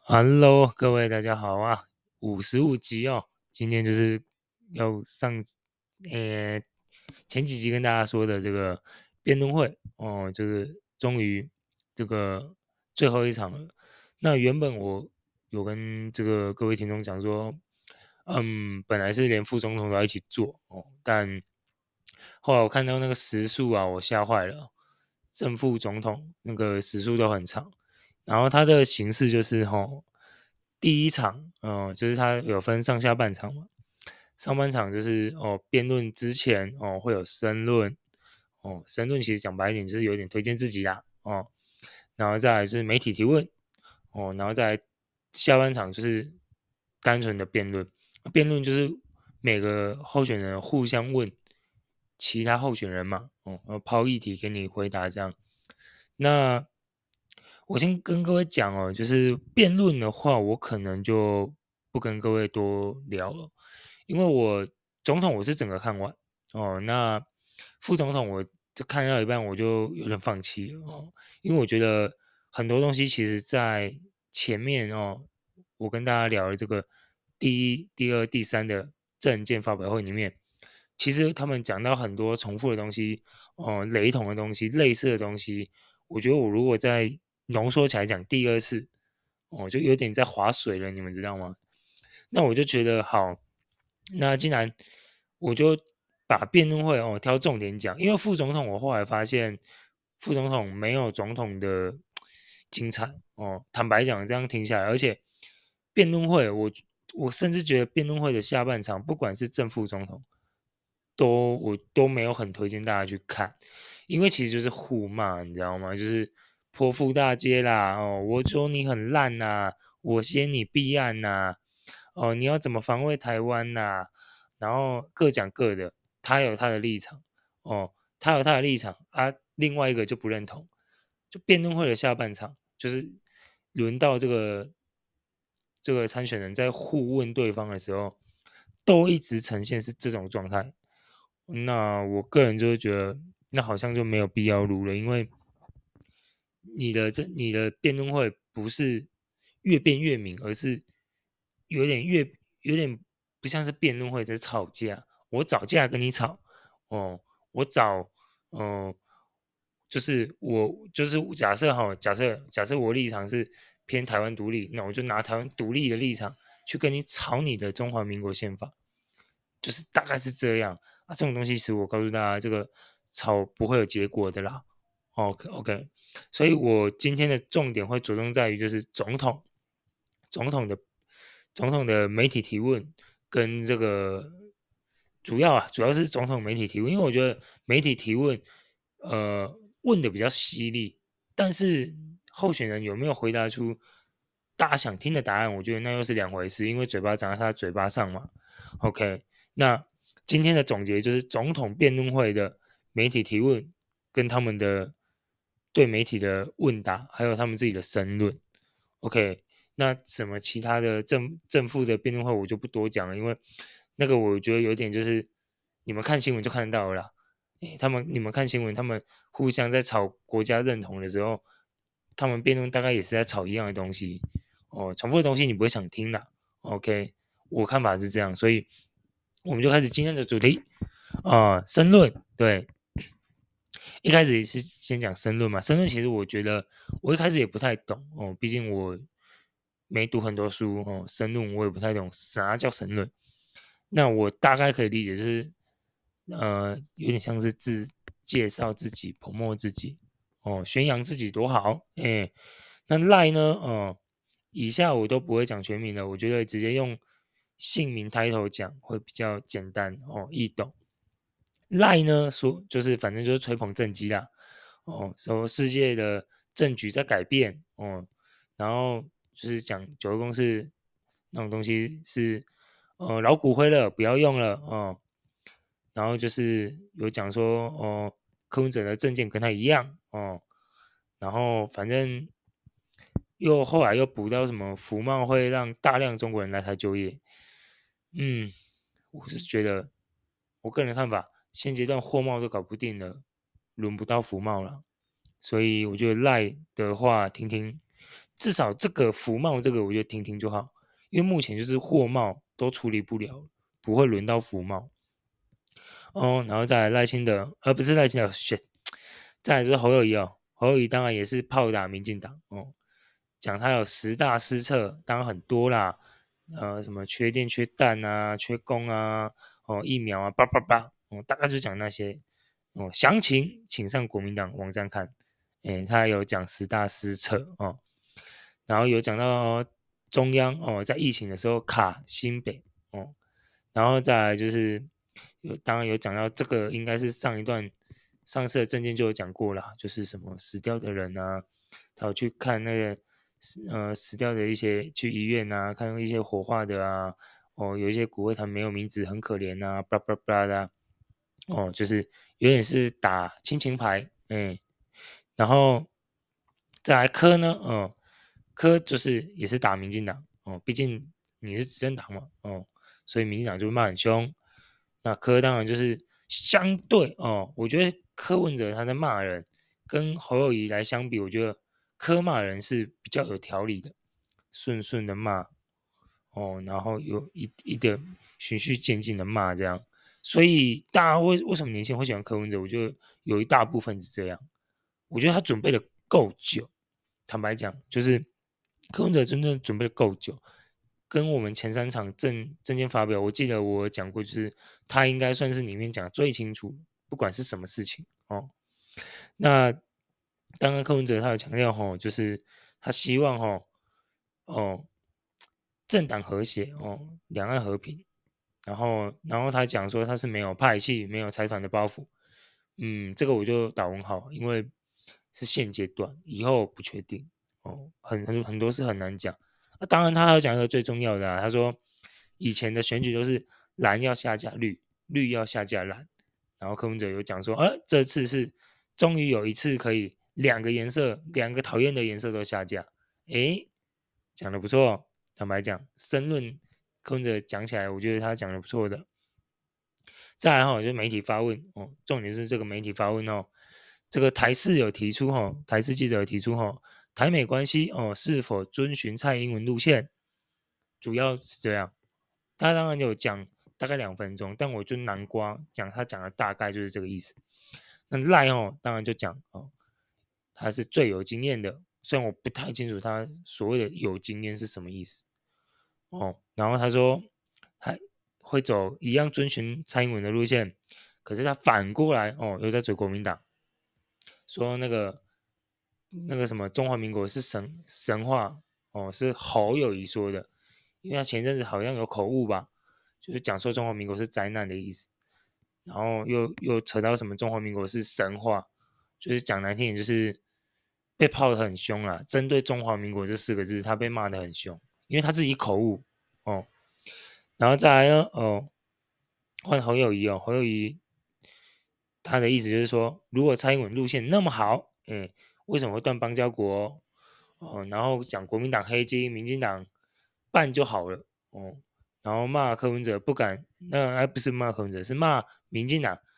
Hello，各位大家好啊，55集哦，今天就是要上，呃，前几集跟大家说的这个辩论会哦，就是终于这个最后一场了。那原本我有跟这个各位听众讲说，本来是连副总统都要一起做哦，但后来我看到那个时数啊，我吓坏了，正副总统那个时数都很长。然后它的形式就是第一场，就是它有分上下半场嘛。上半场就是辩论之前会有申论，申论其实讲白一点就是有点推荐自己啦，然后再来就是媒体提问，然后再来下半场就是单纯的辩论，辩论就是每个候选人互相问其他候选人嘛，抛议题给你回答这样。那我先跟各位讲哦，就是辩论的话，我可能就不跟各位多聊了，因为总统我是整个看完哦，那副总统我就看到一半我就有点放弃了哦，因为我觉得很多东西其实在前面哦，我跟大家聊的这个第一、第二、第三的政见发表会里面，其实他们讲到很多重复的东西，雷同的东西、类似的东西，我觉得我如果再浓缩起来讲第二次，就有点在划水了，你们知道吗？那我就觉得好，那既然我就把辩论会挑重点讲，因为副总统我后来发现副总统没有总统的精彩哦，坦白讲这样听下来，而且辩论会我甚至觉得辩论会的下半场，不管是正副总统，我都没有很推荐大家去看，因为其实就是互骂，你知道吗？就是泼妇大街啦，我说你很烂呐、我先你弊案呐、你要怎么防卫台湾呐、然后各讲各的，他有他的立场，他有他的立场啊，另外一个就不认同，就辩论会的下半场，就是轮到这个参选人在互问对方的时候，都一直呈现是这种状态。那我个人就是觉得，那好像就没有必要录了，因为你的辩论会不是越辩越明，而是有点不像是辩论会在吵架，我找架跟你吵，哦，我找哦，就是假设我立场是偏台湾独立，那我就拿台湾独立的立场去跟你吵你的中华民国宪法，就是大概是这样啊。这种东西其实我告诉大家，这个吵不会有结果的啦。OK OK，所以我今天的重点会着重在于就是总统的总统的媒体提问跟这个主要是总统媒体提问，因为我觉得媒体提问问的比较犀利，但是候选人有没有回答出大家想听的答案，我觉得那又是两回事，因为嘴巴长在他嘴巴上嘛。OK，那今天的总结就是总统辩论会的媒体提问跟他们的对媒体的问答，还有他们自己的申论。OK，那什么其他的正负的辩论会我就不多讲了，因为那个我觉得有点就是你们看新闻就看得到了啦。你们看新闻，他们互相在吵国家认同的时候，他们辩论大概也是在吵一样的东西重复的东西你不会想听啦。OK，我看法是这样，所以我们就开始今天的主题申论。对，一开始是先讲申论嘛，申论其实我觉得我一开始也不太懂毕竟我没读很多书申论我也不太懂啥叫申论。那我大概可以理解，就是有点像是介绍自己、promote 自己宣扬自己多好。那赖呢？以下我都不会讲全名的，我觉得直接用姓名抬头讲会比较简单易懂。赖呢说就是反正就是吹捧政绩啦，说世界的政局在改变然后就是讲九二共识那种东西是老骨灰了，不要用了然后就是有讲说柯文哲的政见跟他一样然后反正后来又补到什么服贸会让大量中国人来台就业，嗯，我是觉得我个人的看法，现阶段货贸都搞不定了，轮不到服贸了，所以我觉得赖的话听听， 至少这个服贸这个我觉得听听就好，因为目前就是货贸都处理不了，不会轮到服贸。哦，然后再来赖清德，不是赖清德，shit，再来就是侯友宜哦，侯友宜当然也是炮打民进党哦，讲他有10大失策，当然很多啦，什么缺电、缺蛋啊、缺工啊，哦，疫苗啊，叭叭叭，哦，大概就讲那些，哦，详情请上国民党网站看，他有讲10大失策哦，然后有讲到中央哦，在疫情的时候卡新北哦，然后再来就是当然有讲到这个，应该是上次的证件就有讲过了，就是什么死掉的人啊，他有去看那个死掉的一些去医院啊，看一些火化的啊，哦，有一些骨灰坛没有名字，很可怜啊，巴拉巴拉的啊，哦，就是有点是打亲情牌，然后再来柯呢，柯就是也是打民进党哦，毕竟你是执政党嘛，哦，所以民进党就会骂很凶。那柯当然就是相对哦，我觉得柯文哲他在骂人，跟侯友宜来相比，我觉得柯骂人是比较有条理的，顺顺的骂哦，然后有一个循序渐进的骂这样。所以大家为什么年轻人会喜欢柯文哲？我觉得有一大部分是这样。我觉得他准备的够久，坦白讲，就是柯文哲真正准备的够久，跟我们前3场证件发表，我记得我讲过，就是他应该算是里面讲最清楚，不管是什么事情哦。那当然，柯文哲他有强调吼，就是他希望政党和谐哦，两岸和平。然后他讲说他是没有派系、没有财团的包袱，这个我就打问号，因为是现阶段，以后不确定哦，很多事很难讲。当然，他要讲一个最重要的他说以前的选举都是蓝要下架绿，绿要下架蓝，然后柯文哲有讲说，这次是终于有一次可以两个颜色，两个讨厌的颜色都下架，讲的不错，坦白讲，申论柯文哲讲起来，我觉得他讲的不错的。再来就是媒体发问哦，重点是这个媒体发问哦，这个台视有提出台视记者有提出台美关系是否遵循蔡英文路线，主要是这样。他当然有讲大概2分钟，但我就南瓜他讲的大概就是这个意思。那赖当然就讲他是最有经验的，虽然我不太清楚他所谓的有经验是什么意思然后他说他会走一样遵循蔡英文的路线，可是他反过来又在嘴国民党，说那个什么中华民国是神话是侯友谊说的，因为他前阵子好像有口误吧，就是讲说中华民国是灾难的意思，然后又扯到什么中华民国是神话，就是讲难听点就是被泡得很凶啦，针对中华民国这4个字，他被骂得很凶，因为他自己口误哦。然后再来呢换侯友谊侯友谊他的意思就是说，如果蔡英文路线那么好，为什么会断邦交国然后讲国民党黑金，民进党办就好了然后骂柯文哲不敢，不是骂柯文哲，是骂民进党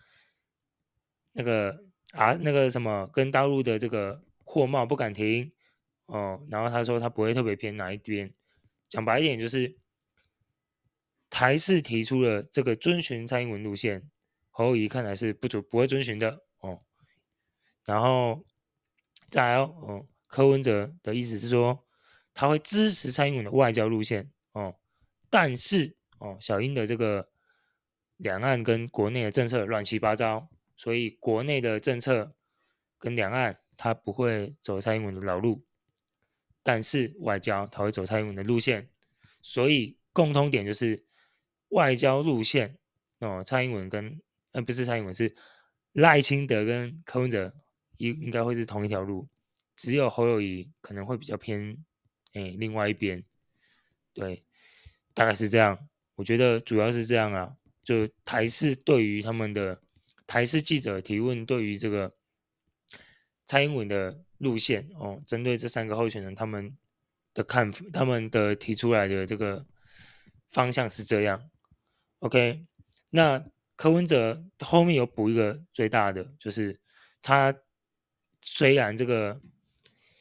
那个什么跟大陆的这个货贸不敢停然后他说他不会特别偏哪一边，讲白一点就是台视提出了这个遵循蔡英文路线，侯友宜看来是不会遵循的然后再来柯文哲的意思是说他会支持蔡英文的外交路线但是小英的这个两岸跟国内的政策乱七八糟，所以国内的政策跟两岸他不会走蔡英文的老路，但是外交他会走蔡英文的路线，所以共通点就是外交路线蔡英文跟不是蔡英文是赖清德跟柯文哲应该会是同一条路，只有侯友宜可能会比较偏另外一边，对，大概是这样。我觉得主要是这样啊，就台视对于他们的台视记者提问，对于这个蔡英文的路线针对这3个候选人他们的看法，他们的提出来的这个方向是这样。OK，那柯文哲后面有补一个最大的，就是他虽然这个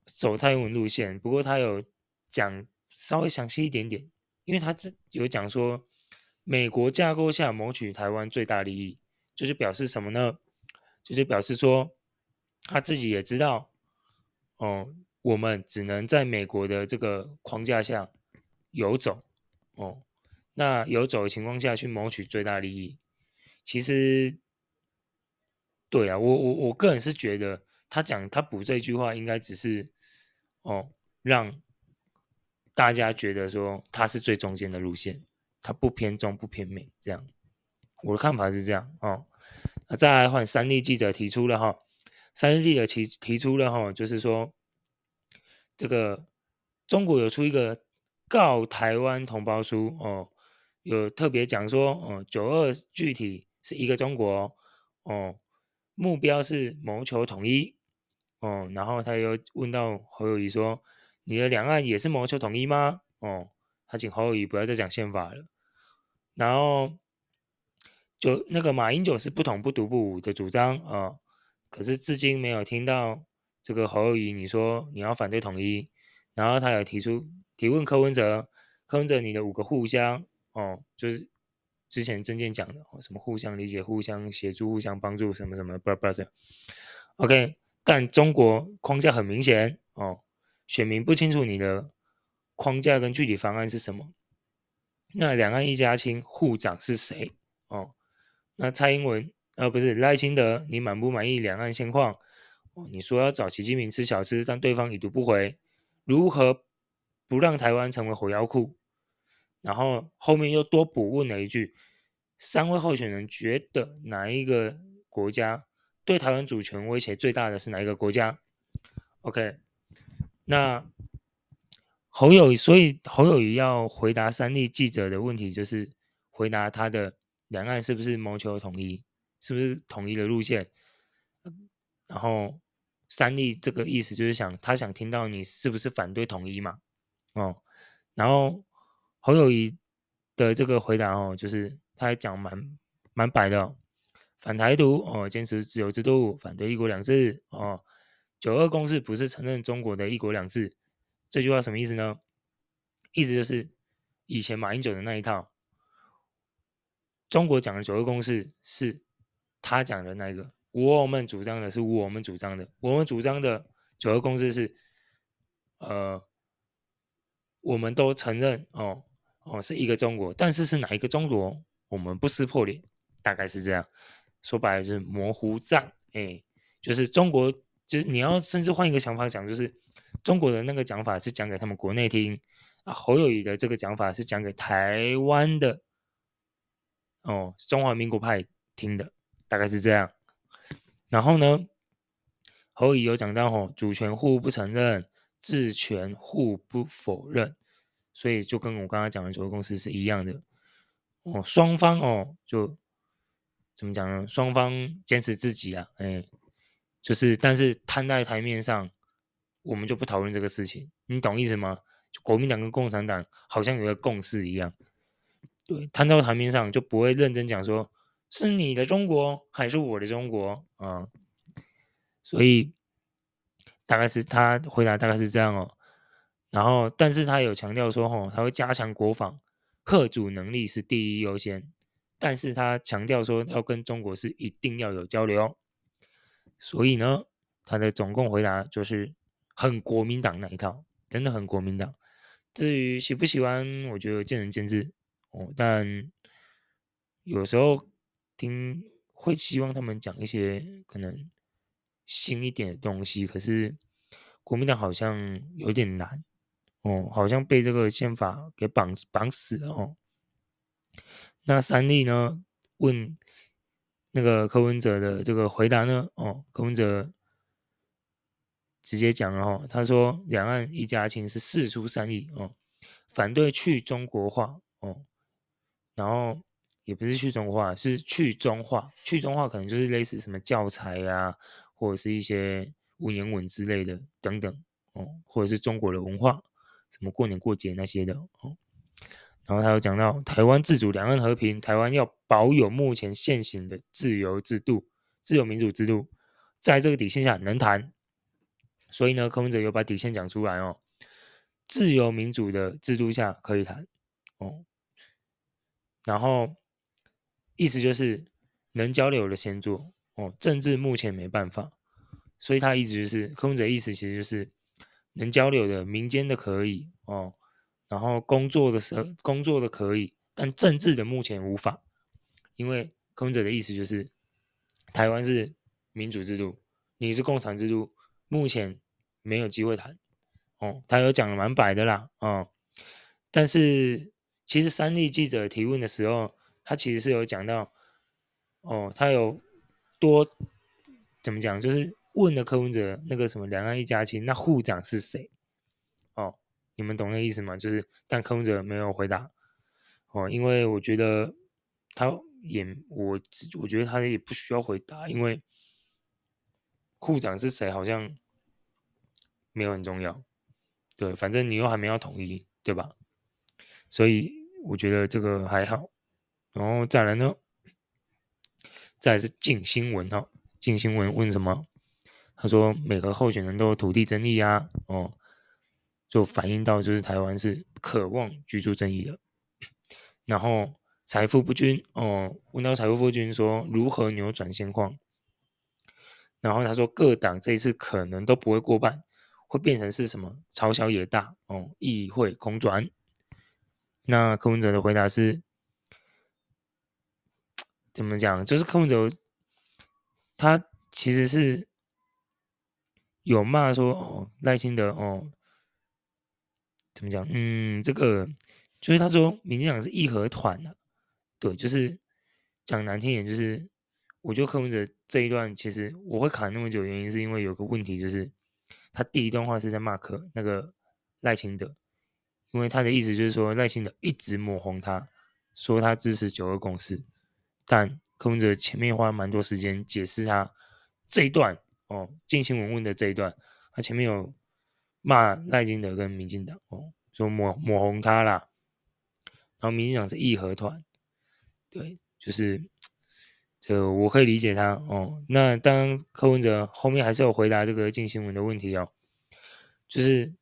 走蔡英文路线，不过他有讲稍微详细一点点，因为他有讲说，美国架构下谋取台湾最大利益，就是表示什么呢？就是表示说，他自己也知道，哦，我们只能在美国的这个框架下游走，哦，那游走的情况下去谋取最大利益，其实，对啊，我个人是觉得他补这句话应该只是让大家觉得说他是最中间的路线，他不偏中不偏美，这样我的看法是这样哦。那再来换三立记者提出了哈，三立记者提出了哈，就是说这个中国有出一个告台湾同胞书哦，有特别讲说哦，9·2具体是一个中国哦，目标是谋求统一哦，然后他又问到侯友谊说，你的两岸也是谋求统一吗？哦，他请侯友谊不要再讲宪法了，然后就那个马英九是不统不独不武的主张啊、可是至今没有听到这个侯友谊你说你要反对统一，然后他有提问柯文哲，柯文哲你的5个互相哦，就是之前政见讲的、哦、什么互相理解、互相协助、互相帮助什么什么，不不的。OK，但中国框架很明显哦，选民不清楚你的框架跟具体方案是什么。那两岸一家亲，护长是谁？哦，那蔡英文不是赖清德，你满不满意两岸现况？哦，你说要找习近平吃小吃，但对方已读不回，如何不让台湾成为火药库？然后后面又多补问了一句：三位候选人觉得哪一个国家对台湾主权威胁最大的是哪一个国家？OK，那所以侯友谊要回答三立记者的问题，就是回答他的两岸是不是谋求统一，是不是统一的路线。然后三立这个意思就是他想听到你是不是反对统一嘛，哦，然后侯友谊的这个回答哦，就是他还讲蛮白的哦，反台独哦，坚持自由制度，反对一国两制哦，9·2共识不是承认中国的一国两制，这句话什么意思呢？意思就是以前马英九的那一套，中国讲的9·2共识是他讲的那个，我们主张的是我们主张的，我们主张的9·2共识是，我们都承认是一个中国，但是是哪一个中国，我们不撕破脸，大概是这样。说白了是模糊战，就是中国，就是你要甚至换一个想法讲，就是中国的那个讲法是讲给他们国内听啊，侯友谊的这个讲法是讲给台湾的中华民国派听的，大概是这样。然后呢，侯友谊有讲到主权互不承认，治权互不否认，所以就跟我刚刚讲的9·2共识是一样的双方就怎么讲呢？双方坚持自己啊，就是但是摊在台面上，我们就不讨论这个事情，你懂意思吗？就国民党跟共产党好像有个共识一样，对，摊到台面上就不会认真讲说是你的中国还是我的中国啊、所以大概是他回答大概是这样哦。然后，但是他有强调说，他会加强国防，贺主能力是第一优先。但是他强调说，要跟中国是一定要有交流。所以呢，他的总共回答就是很国民党那一套，真的很国民党。至于喜不喜欢，我觉得见仁见智但有时候会希望他们讲一些可能新一点的东西，可是国民党好像有点难好像被这个宪法给绑死了那三立呢问那个柯文哲的这个回答呢柯文哲直接讲了他说两岸一家亲是事出善意反对去中国化然后也不是去中国化，是去中化。去中化可能就是类似什么教材啊，或者是一些文言文之类的等等或者是中国的文化，什么过年过节那些的然后他有讲到台湾自主、两岸和平，台湾要保有目前现行的自由制度、自由民主制度，在这个底线下能谈。 所以呢，柯文哲有把底线讲出来哦，自由民主的制度下可以谈哦，然后意思就是能交流的先做哦，政治目前没办法，所以他一直就是柯文哲意思其实就是能交流的民间的可以哦，然后工作的可以，但政治的目前无法，因为柯文哲的意思就是台湾是民主制度，你是共产制度，目前没有机会谈哦，他有讲的蛮白的啦哦，但是其实三立记者提问的时候，他其实是有讲到哦，他有多怎么讲，就是问了柯文哲那个什么两岸一家亲，那护长是谁？哦，你们懂那意思吗？就是但柯文哲没有回答哦，因为我觉得他我觉得他也不需要回答，因为护长是谁好像没有很重要，对，反正你又还没有统一，对吧？所以我觉得这个还好。然后再来呢，再来是静新闻哈，静新闻问什么？他说每个候选人都有土地争议啊，哦，就反映到就是台湾是渴望居住正义的。然后财富不均哦，问到财富不均说如何扭转现况，然后他说各党这一次可能都不会过半，会变成是什么朝小野大哦，议会空转。那柯文哲的回答是怎么讲？就是柯文哲他其实是有骂说哦赖清德哦怎么讲？这个就是他说民进党是义和团啊，对，就是讲难听点，就是我觉得柯文哲这一段其实我会卡那么久，原因是因为有个问题，就是他第一段话是在骂那个赖清德，因为他的意思就是说赖清德一直抹红他，说他支持九二共识，但柯文哲前面花蛮多时间解释他这一段哦，进新闻问的这一段，他前面有骂赖清德跟民进党哦，说抹红他啦，然后民进党是义和团，对，就是这个我可以理解他哦。那当然，柯文哲后面还是有回答这个进新闻的问题哦，就是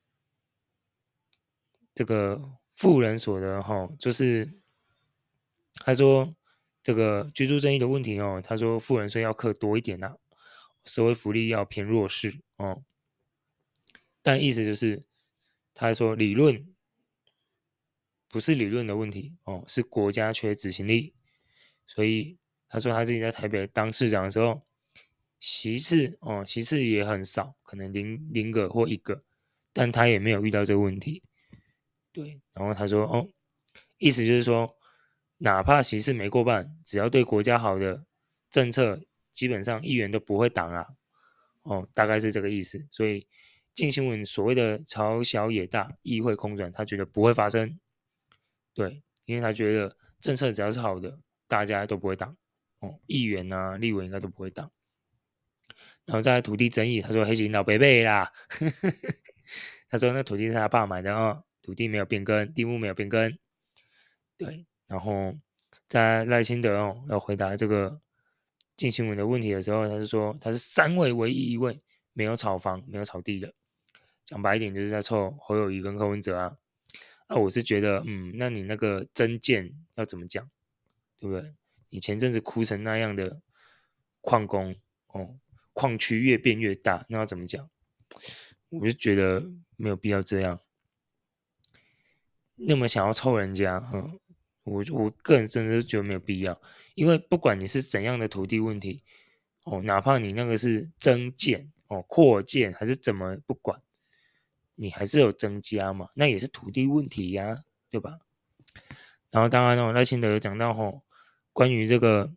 这个富人所得哈、哦，就是他说这个居住正义的问题哦，他说富人税要课多一点呐、社会福利要偏弱势哦，但意思就是他说理论不是理论的问题哦，是国家缺执行力，所以他说他自己在台北当市长的时候，席次也很少，可能零个或一个，但他也没有遇到这个问题。对，然后他说哦，意思就是说，哪怕席次没过半，只要对国家好的政策，基本上议员都不会挡啊。哦，大概是这个意思。所以近新闻所谓的朝小野大，议会空转，他觉得不会发生。对，因为他觉得政策只要是好的，大家都不会挡。哦，议员啊、立委应该都不会挡。然后在土地争议，他说黑金老伯伯啦，他说那土地是他爸买的哦，土地没有变更，地目没有变更。对，然后在赖清德哦要回答这个近新闻的问题的时候，他是说他是三位唯一一位没有炒房、没有炒地的。讲白一点，就是在凑侯友谊跟柯文哲啊。我是觉得，那你那个增建要怎么讲，对不对？你前阵子哭成那样的矿工哦，矿区越变越大，那要怎么讲？我就觉得没有必要这样，那么想要凑人家，我个人真的是觉得没有必要，因为不管你是怎样的土地问题，哦，哪怕你那个是增建哦、扩建还是怎么，不管你还是有增加嘛，那也是土地问题呀，对吧？然后当然哦，赖清德有讲到关于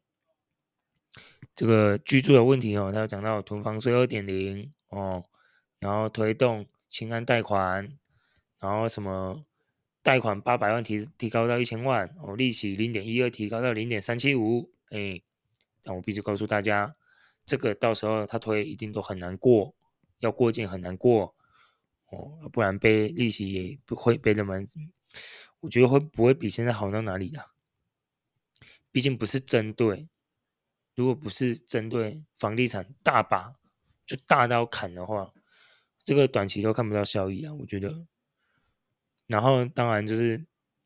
这个居住的问题哦，他有讲到囤房税2.0哦，然后推动清安贷款，然后什么贷款800万提高到1000万哦，利息0.12提高到0.375，哎，但我必须告诉大家，这个到时候他推一定都很难过，要过境很难过哦，不然背利息也不会背的蛮，我觉得会不会比现在好到哪里啊？毕竟不是针对，如果不是针对房地产大把就大刀砍的话， 这个短期都看不到效益啊，我觉得。然后当然就是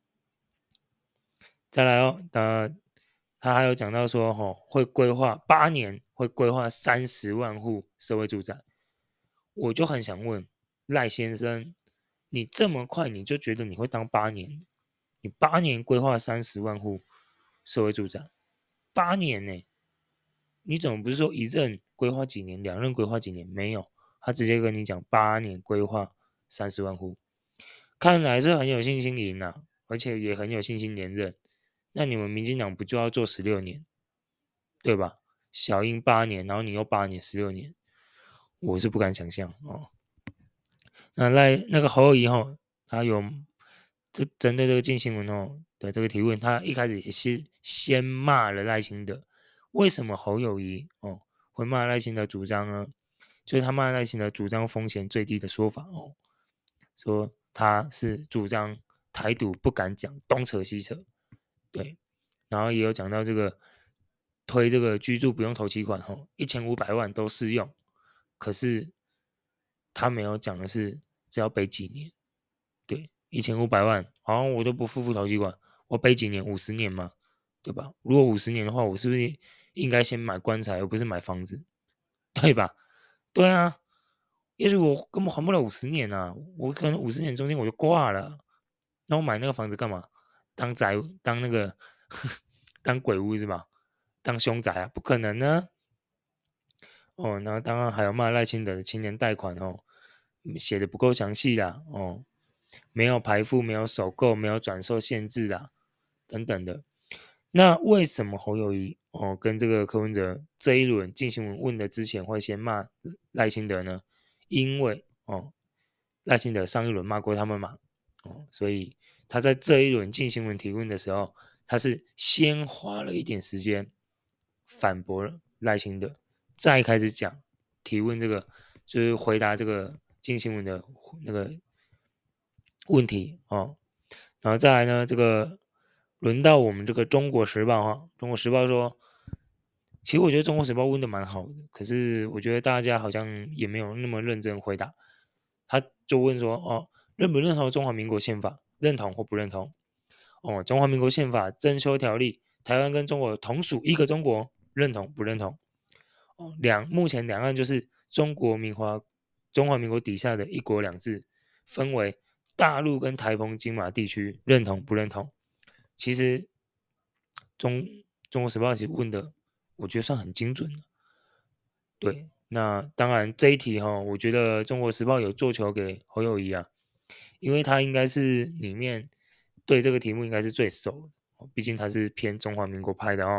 再来哦，他还有讲到说，会规划8年，会规划30万户社会住宅。我就很想问赖先生，你这么快你就觉得你会当8年？你8年规划30万户社会住宅，8年呢？你怎么不是说一任规划几年，2任规划几年？没有，他直接跟你讲8年规划30万户，看来是很有信心赢啊，而且也很有信心连任。那你们民进党不就要做16年，对吧？小英8年，然后你又8年16年，我是不敢想象哦。那个侯友宜吼，他有针对这个近新闻的这个提问，他一开始也是先骂了赖清德。为什么侯友宜会骂赖清德主张呢？就是他骂赖清德主张风险最低的说法说他是主张台独不敢讲，东扯西扯，对，然后也有讲到这个推这个居住不用头期款1500万都适用，可是他没有讲的是只要背几年，对，1500万，好像我都不付头期款，我背几年？50年嘛，对吧？如果50年的话，我是不是应该先买棺材，而不是买房子，对吧？对啊，也许我根本还不了50年啊，我可能50年中间我就挂了，那我买那个房子干嘛？当那个当鬼屋是吧？当凶宅啊？不可能呢。然后当然还有骂赖清德的青年贷款写的不够详细啦没有排付，没有首购，没有转售限制啊，等等的。那为什么侯友宜跟这个柯文哲这一轮进行问的之前会先骂赖清德呢？因为赖清德上一轮骂过他们嘛，所以他在这一轮进行提问的时候，他是先花了一点时间反驳了赖清德，再开始讲提问这个，就是回答这个进新闻的那个问题然后再来呢，这个轮到我们这个《中国时报》《中国时报》说，其实我觉得《中国时报》问的蛮好的，可是我觉得大家好像也没有那么认真回答。他就问说，认不认同中华民国宪法？认同或不认同？中华民国宪法增修条例，台湾跟中国同属一个中国，认同不认同？目前两岸就是中华民国底下的一国两制，分为大陆跟台澎金马地区，认同不认同？其实中中国时报其实问的，我觉得算很精准的。对，那当然这一题我觉得中国时报有做球给侯友谊啊，因为他应该是里面对这个题目应该是最熟的，毕竟他是偏中华民国派的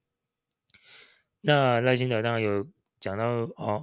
那赖清德当然有讲到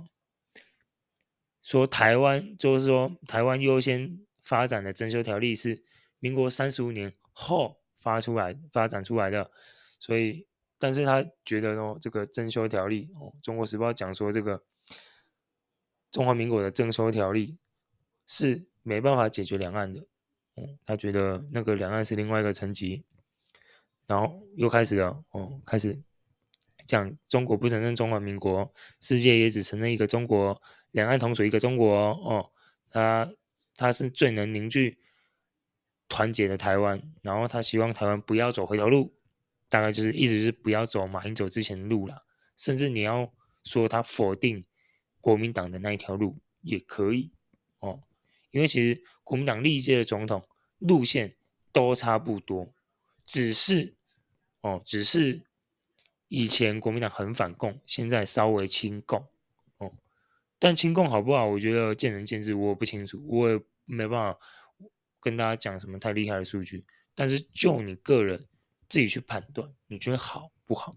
说台湾就是说台湾优先发展的征修条例是民国35年后发展出来的，所以但是他觉得这个征修条例中国时报讲说这个中华民国的征收条例是没办法解决两岸的，他觉得那个两岸是另外一个层级，然后又开始了，开始讲中国不承认中华民国，世界也只承认一个中国，两岸同属一个中国他是最能凝聚团结的台湾，然后他希望台湾不要走回头路，大概就是意思就是不要走马英九之前的路了，甚至你要说他否定国民党的那一条路也可以因为其实国民党历届的总统路线都差不多，只是以前国民党很反共，现在稍微亲共但亲共好不好，我觉得见仁见智，我不清楚，我也没办法跟大家讲什么太厉害的数据，但是就你个人自己去判断，你觉得好不好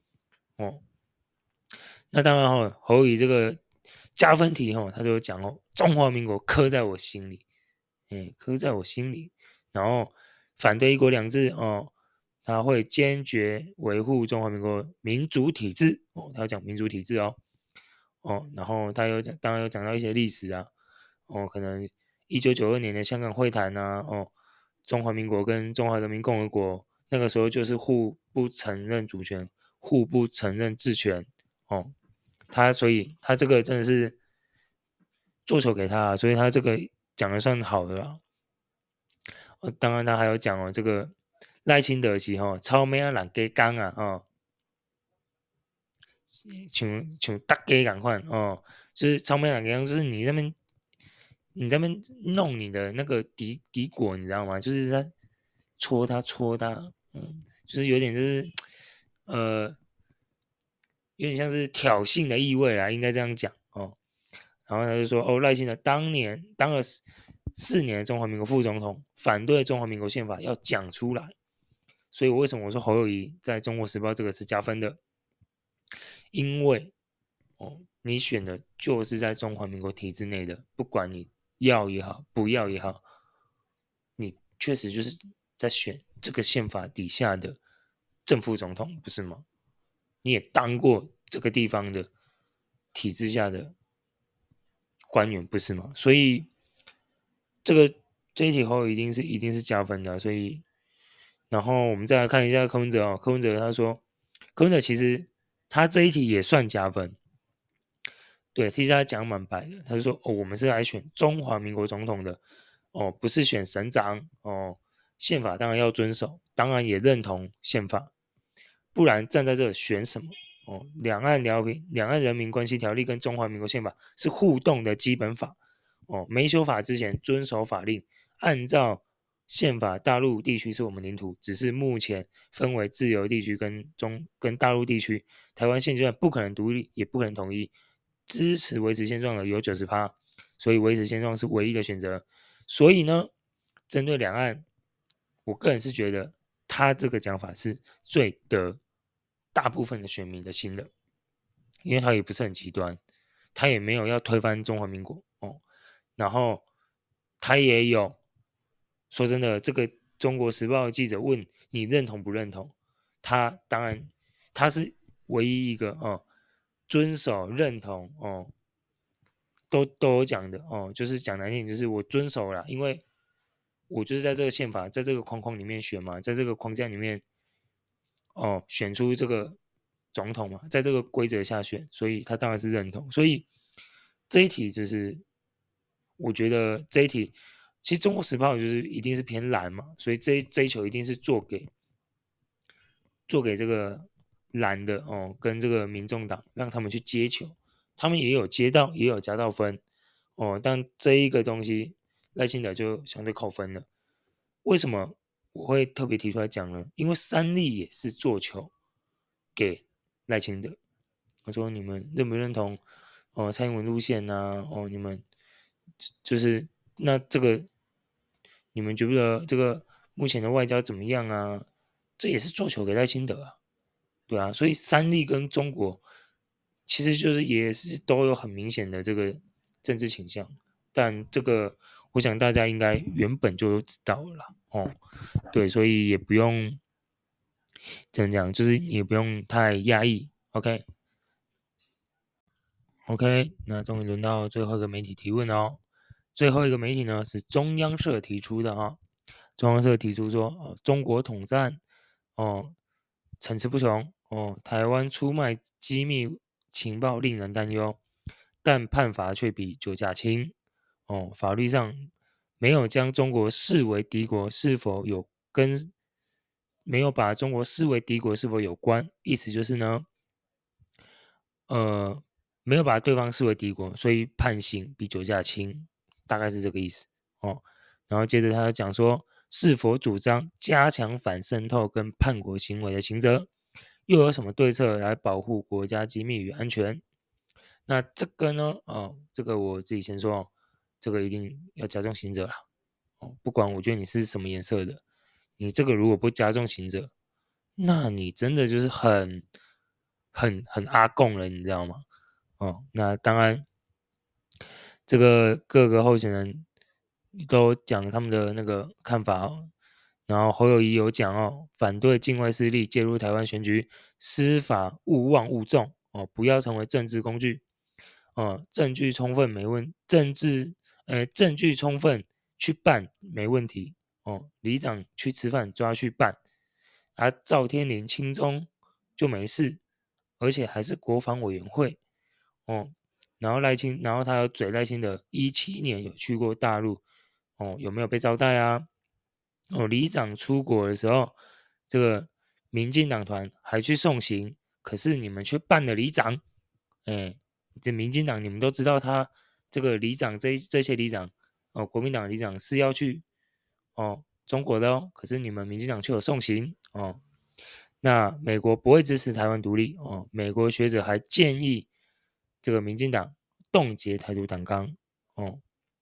那当然侯乙这个加分题他就讲中华民国刻在我心里，刻在我心里，然后反对一国两制他会坚决维护中华民国民主体制他要讲民主体制然后他当然有讲到一些历史啊可能1992年的香港会谈啊中华民国跟中华人民共和国那个时候就是互不承认主权，互不承认治权所以他这个真的是做球给他，所以他这个讲的算好的啦。当然他还有讲哦，这个赖清德是超美啊人家讲啊像大家赶快就是超美人家讲，就是你在那边弄你的那个敌国，你知道吗？就是在戳他，就是有点就是有点像是挑衅的意味啦，应该这样讲哦。然后他就说，赖清德当年当了4年的中华民国副总统，反对中华民国宪法要讲出来。所以为什么我说侯友宜在中国时报这个是加分的？因为你选的就是在中华民国体制内的，不管你要也好，不要也好，你确实就是在选这个宪法底下的正副总统，不是吗？你也当过这个地方的体制下的官员，不是吗？所以这一题后一定是加分的，所以然后我们再来看一下柯文哲柯文哲他说，柯文哲其实他这一题也算加分，对，其实他讲蛮白的，他就说我们是来选中华民国总统的不是选省长宪法当然要遵守，当然也认同宪法，不然站在这选什么？两岸人民关系条例跟中华民国宪法是互动的基本法没修法之前遵守法令，按照宪法，大陆地区是我们领土，只是目前分为自由地区跟大陆地区，台湾现阶段不可能独立，也不可能统一，支持维持现状的有90%，所以维持现状是唯一的选择。所以呢，针对两岸，我个人是觉得他这个讲法是最得大部分的选民的心的，因为他也不是很极端，他也没有要推翻中华民国然后他也有说真的，这个中国时报的记者问你认同不认同，他当然他是唯一一个遵守认同都有讲的就是讲难听就是我遵守了，因为我就是在这个宪法在这个框框里面选嘛，在这个框架里面选出这个总统嘛，在这个规则下选，所以他当然是认同。所以这一题就是我觉得这一题其实《中国时报》就是一定是偏蓝嘛，所以这一球一定是做给这个蓝的跟这个民众党让他们去接球，他们也有接到，也有加到分但这一个东西赖清德就相对扣分了。为什么我会特别提出来讲呢？因为三立也是做球给赖清德，我说你们认不认同蔡英文路线啊？你们就是那这个你们觉不觉得这个目前的外交怎么样啊？这也是做球给赖清德啊，对啊，所以三立跟中国其实就是也是都有很明显的这个政治倾向，但这个我想大家应该原本就知道了啦对，所以也不用怎么讲，就是也不用太压抑，OK。OK，那终于轮到最后一个媒体提问哦。最后一个媒体呢是中央社提出的中央社提出说，中国统战层出不穷台湾出卖机密情报令人担忧，但判罚却比酒驾轻法律上没有将中国视为敌国，是否有跟没有把中国视为敌国是否有关？意思就是呢，没有把对方视为敌国，所以判刑比酒驾轻，大概是这个意思然后接着他讲说，是否主张加强反渗透跟叛国行为的刑责，又有什么对策来保护国家机密与安全？那这个呢？这个我自己先说这个一定要加重刑责了不管我觉得你是什么颜色的，你这个如果不加重刑责，那你真的就是很阿共了，你知道吗？那当然，这个各个候选人都讲他们的那个看法然后侯友谊有讲反对境外势力介入台湾选举，司法勿忘勿重不要成为政治工具证据充分没问，证据充分去办没问题里长去吃饭抓去办，而赵天麟亲中就没事，而且还是国防委员会然后他有嘴赖清德17年有去过大陆，有没有被招待啊？里长出国的时候，这个民进党团还去送行，可是你们却办了里长，这民进党你们都知道他这个里长这些里长国民党里长是要去中国的哦，可是你们民进党却有送行哦。那美国不会支持台湾独立哦，美国学者还建议这个民进党冻结台独党纲哦。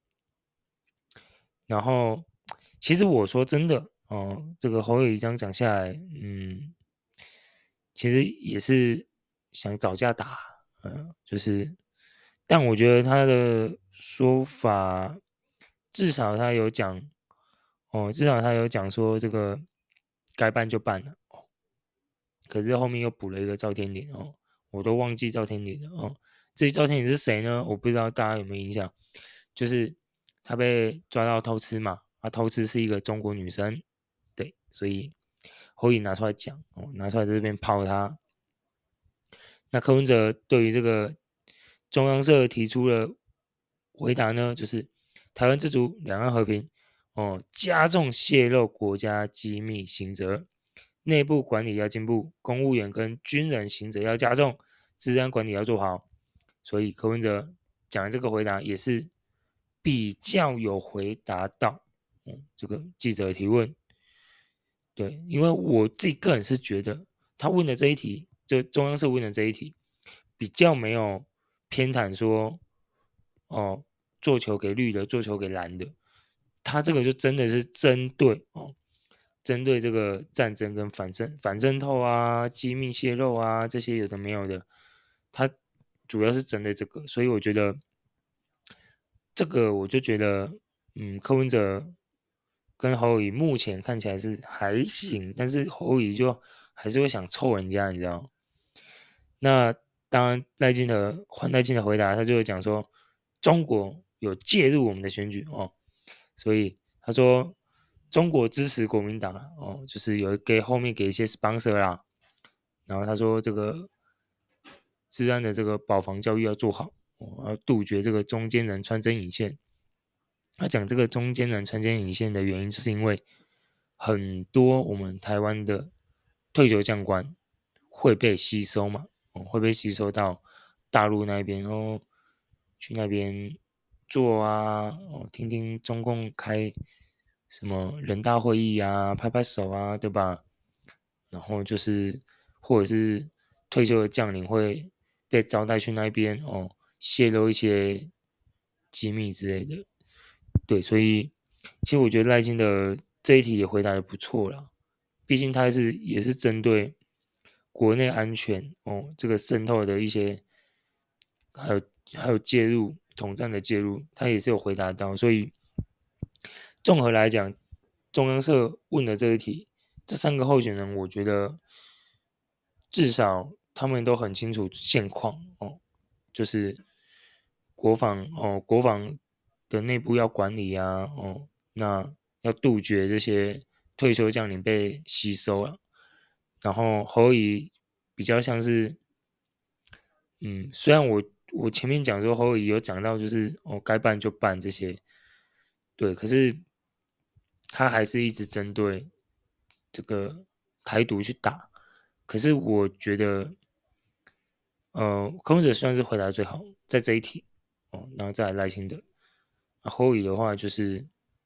然后，其实我说真的这个侯友宜这样讲下来，其实也是想找架打，就是，但我觉得他的说法，至少他有讲，至少他有讲说这个该办就办了，可是后面又补了一个赵天麟我都忘记赵天麟了至于赵天麟是谁呢？我不知道大家有没有印象，就是他被抓到偷吃嘛，偷吃是一个中国女生，对，所以侯友宜拿出来讲拿出来在这边泡他。那柯文哲对于这个中央社提出了回答呢，就是台湾自主、两岸和平加重泄露国家机密刑责，内部管理要进步，公务员跟军人刑责要加重，治安管理要做好。所以柯文哲讲的这个回答也是比较有回答到这个记者的提问。对，因为我自己个人是觉得他问的这一题，就中央社问的这一题，比较没有偏袒说做球给绿的，做球给蓝的。他这个就真的是针对这个战争跟反渗透啊、机密泄露啊这些有的没有的，他主要是针对这个，所以我觉得这个我就觉得，柯文哲跟侯友宜目前看起来是还行，但是侯友宜就还是会想凑人家，你知道吗？那当然，赖清德回答，他就会讲说，中国有介入我们的选举所以他说中国支持国民党就是有后面给一些 sponsor 啦，然后他说这个治安的这个保防教育要做好要杜绝这个中间人穿针引线。他讲这个中间人穿针引线的原因，就是因为很多我们台湾的退休将官会被吸收嘛，会被吸收到大陆那边，去那边做啊，听听中共开什么人大会议啊，拍拍手啊，对吧？然后就是或者是退休的将领会被招待去那边泄露一些机密之类的。对，所以其实我觉得赖清德这一题也回答的不错啦，毕竟他也是针对国内安全这个渗透的一些，还有介入统战的介入，他也是有回答到，所以综合来讲，中央社问的这一题，这3个候选人，我觉得至少他们都很清楚现况就是国防的内部要管理啊那要杜绝这些退休将领被吸收了，然后侯乙比较像是虽然我前面讲说侯乙有讲到就是该办就办这些，对，可是他还是一直针对这个台独去打，可是我觉得柯文哲算是回答最好在这一题然后再来赖清德，侯乙的话就是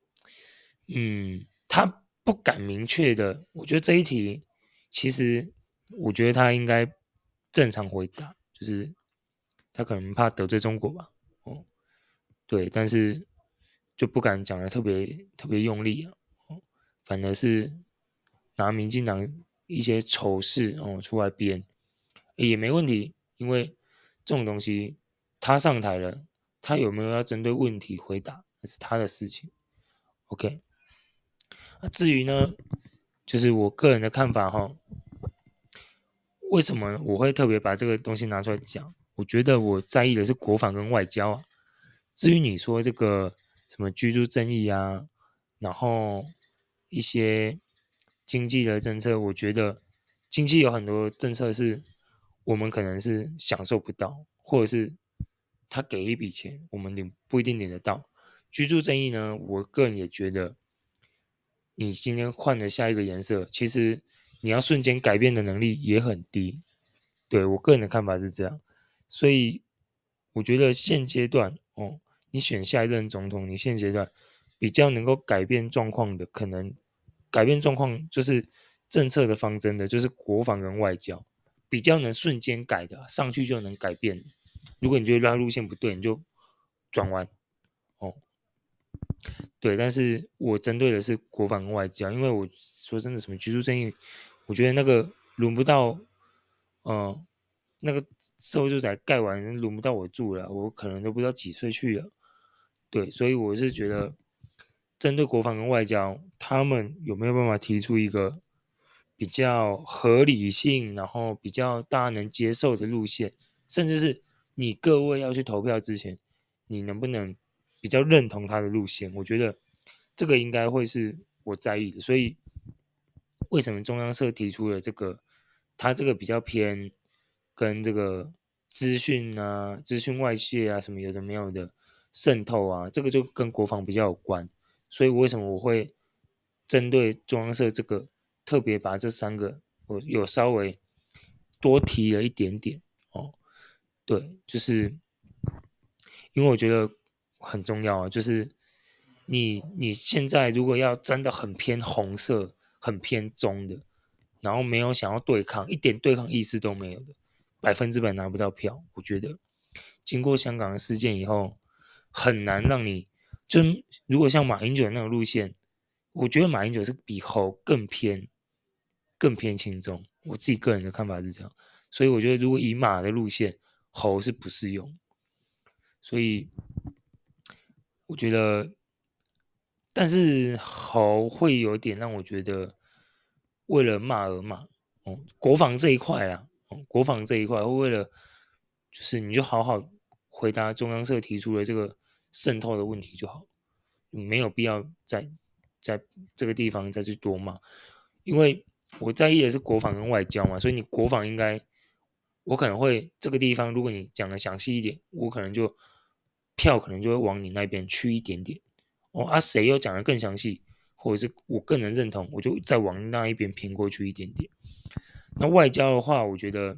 他不敢明确的，我觉得这一题其实我觉得他应该正常回答，就是他可能怕得罪中国吧，对，但是就不敢讲的特别用力反而是拿民进党一些丑事出来编，也没问题，因为这种东西他上台了，他有没有要针对问题回答，那是他的事情。OK，至于呢，就是我个人的看法为什么我会特别把这个东西拿出来讲？我觉得我在意的是国防跟外交至于你说这个什么居住正义啊，然后一些经济的政策，我觉得经济有很多政策是我们可能是享受不到，或者是他给一笔钱，我们不一定领得到。居住正义呢，我个人也觉得，你今天换了下一个颜色，其实你要瞬间改变的能力也很低。对，我个人的看法是这样，所以我觉得现阶段你选下一任总统，你现阶段比较能够改变状况的，可能改变状况就是政策的方针的，就是国防跟外交，比较能瞬间改的，上去就能改变。如果你觉得他路线不对，你就转弯哦。对，但是我针对的是国防跟外交，因为我说真的，什么居住正义，我觉得那个轮不到，那个社会住宅盖完轮不到我住了，我可能都不知道几岁去了。对，所以我是觉得，针对国防跟外交，他们有没有办法提出一个比较合理性，然后比较大家能接受的路线，甚至是你各位要去投票之前，你能不能比较认同他的路线？我觉得这个应该会是我在意的。所以为什么中央社提出了这个，他这个比较偏跟这个资讯啊、资讯外泄啊什么有的没有的渗透啊，这个就跟国防比较有关。所以为什么我会针对中央社这个特别把这三个我有稍微多提了一点点哦。对，就是因为我觉得很重要啊，就是你现在如果要真的很偏红色、很偏中的，然后没有想要对抗，一点对抗意识都没有的，100%拿不到票。我觉得经过香港的事件以后，很难让你就如果像马英九的那个路线，我觉得马英九是比侯更偏轻中。我自己个人的看法是这样，所以我觉得如果以马的路线，侯是不适用。所以我觉得，但是侯会有点让我觉得为了骂而骂。国防这一块啊，国防这一块会为了就是你就好好回答中央社提出的这个渗透的问题就好，没有必要在这个地方再去多骂。因为我在意的是国防跟外交嘛，所以你国防应该，我可能会这个地方，如果你讲的详细一点，我可能就票可能就会往你那边去一点点。谁又讲的更详细，或者是我更能认同，我就再往那一边偏过去一点点。那外交的话，我觉得，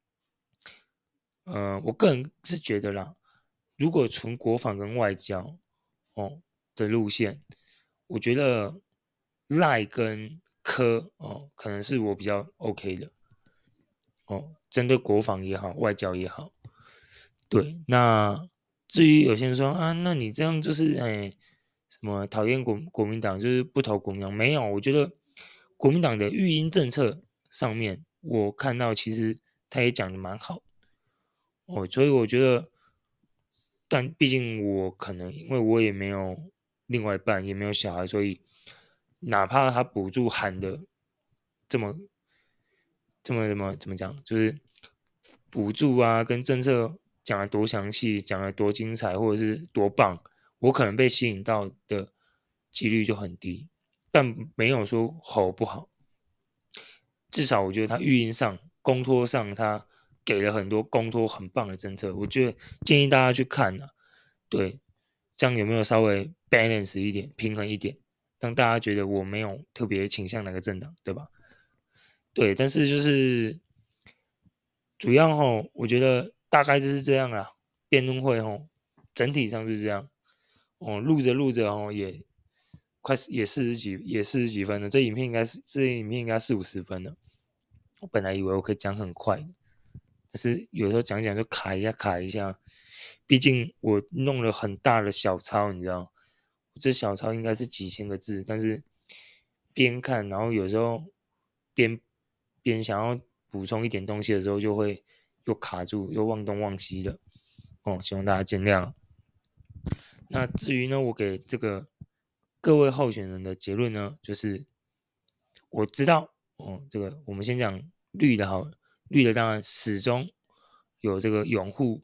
我个人是觉得啦，如果纯国防跟外交的路线，我觉得赖跟科可能是我比较 OK 的针对国防也好，外交也好。对，那至于有些人说啊，那你这样就是什么讨厌国民党，就是不投国民党？没有，我觉得国民党的育婴政策上面，我看到其实他也讲的蛮好所以我觉得，但毕竟我可能因为我也没有另外一半，也没有小孩，所以哪怕他补助喊的这么怎么讲，就是补助啊跟政策讲的多详细，讲的多精彩，或者是多棒，我可能被吸引到的几率就很低，但没有说好不好。至少我觉得他育婴上、公托上，他给了很多公托很棒的政策，我觉得建议大家去看对，这样有没有稍微 balance 一点、平衡一点，让大家觉得我没有特别倾向哪个政党，对吧？对，但是就是主要我觉得大概就是这样啦。辩论会整体上就是这样。录着录着也快也40几分了。这影片应该40-50分了。我本来以为我可以讲很快，但是有时候讲讲就卡一下。毕竟我弄了很大的小抄，你知道，这小抄应该是几千个字，但是边看，然后有时候边想要补充一点东西的时候，就会又卡住，又忘东忘西的。希望大家见谅。那至于呢，我给这个各位候选人的结论呢，就是我知道这个我们先讲绿的好了，绿的当然始终有这个拥护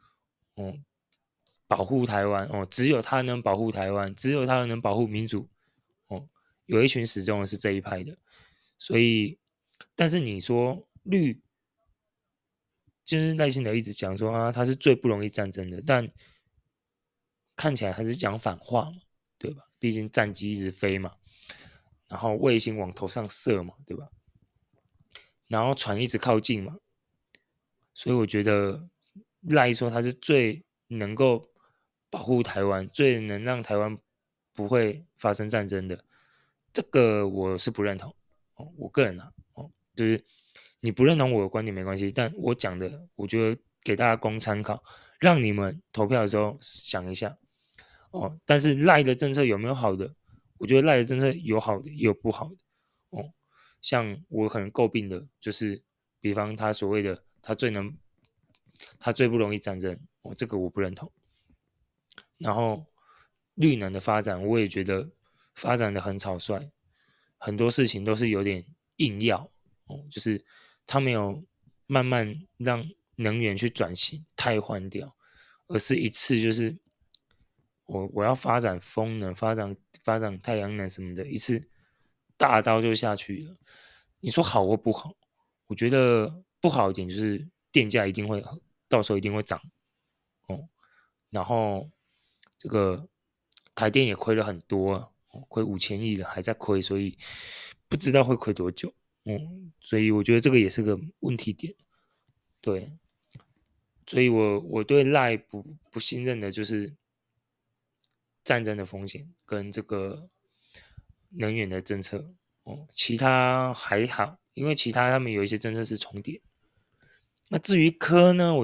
保护台湾只有他能保护台湾，只有他能保护民主有一群始终是这一派的，所以但是你说绿就是赖清德一直讲说啊，他是最不容易战争的，但看起来还是讲反话嘛，对吧？毕竟战机一直飞嘛，然后卫星往头上射嘛，对吧？然后船一直靠近嘛，所以我觉得赖说他是最能够保护台湾，最能让台湾不会发生战争的，这个我是不认同。我个人就是你不认同我的观点没关系，但我讲的，我觉得给大家供参考，让你们投票的时候想一下。但是赖的政策有没有好的？我觉得赖的政策有好的，也有不好的。像我可能诟病的就是，比方他所谓的他最不容易战争，这个我不认同。然后绿能的发展，我也觉得发展的很草率，很多事情都是有点硬要，就是他没有慢慢让能源去转型汰换掉，而是一次就是我要发展风能，发展太阳能什么的，一次大刀就下去了。你说好或不好？我觉得不好一点就是电价一定会到时候一定会涨哦，然后这个台电也亏了很多啊，亏5000亿了，还在亏，所以不知道会亏多久。所以我觉得这个也是个问题点。对，所以我对赖不信任的就是战争的风险跟这个能源的政策。其他还好，因为其他他们有一些政策是重叠。那至于呢，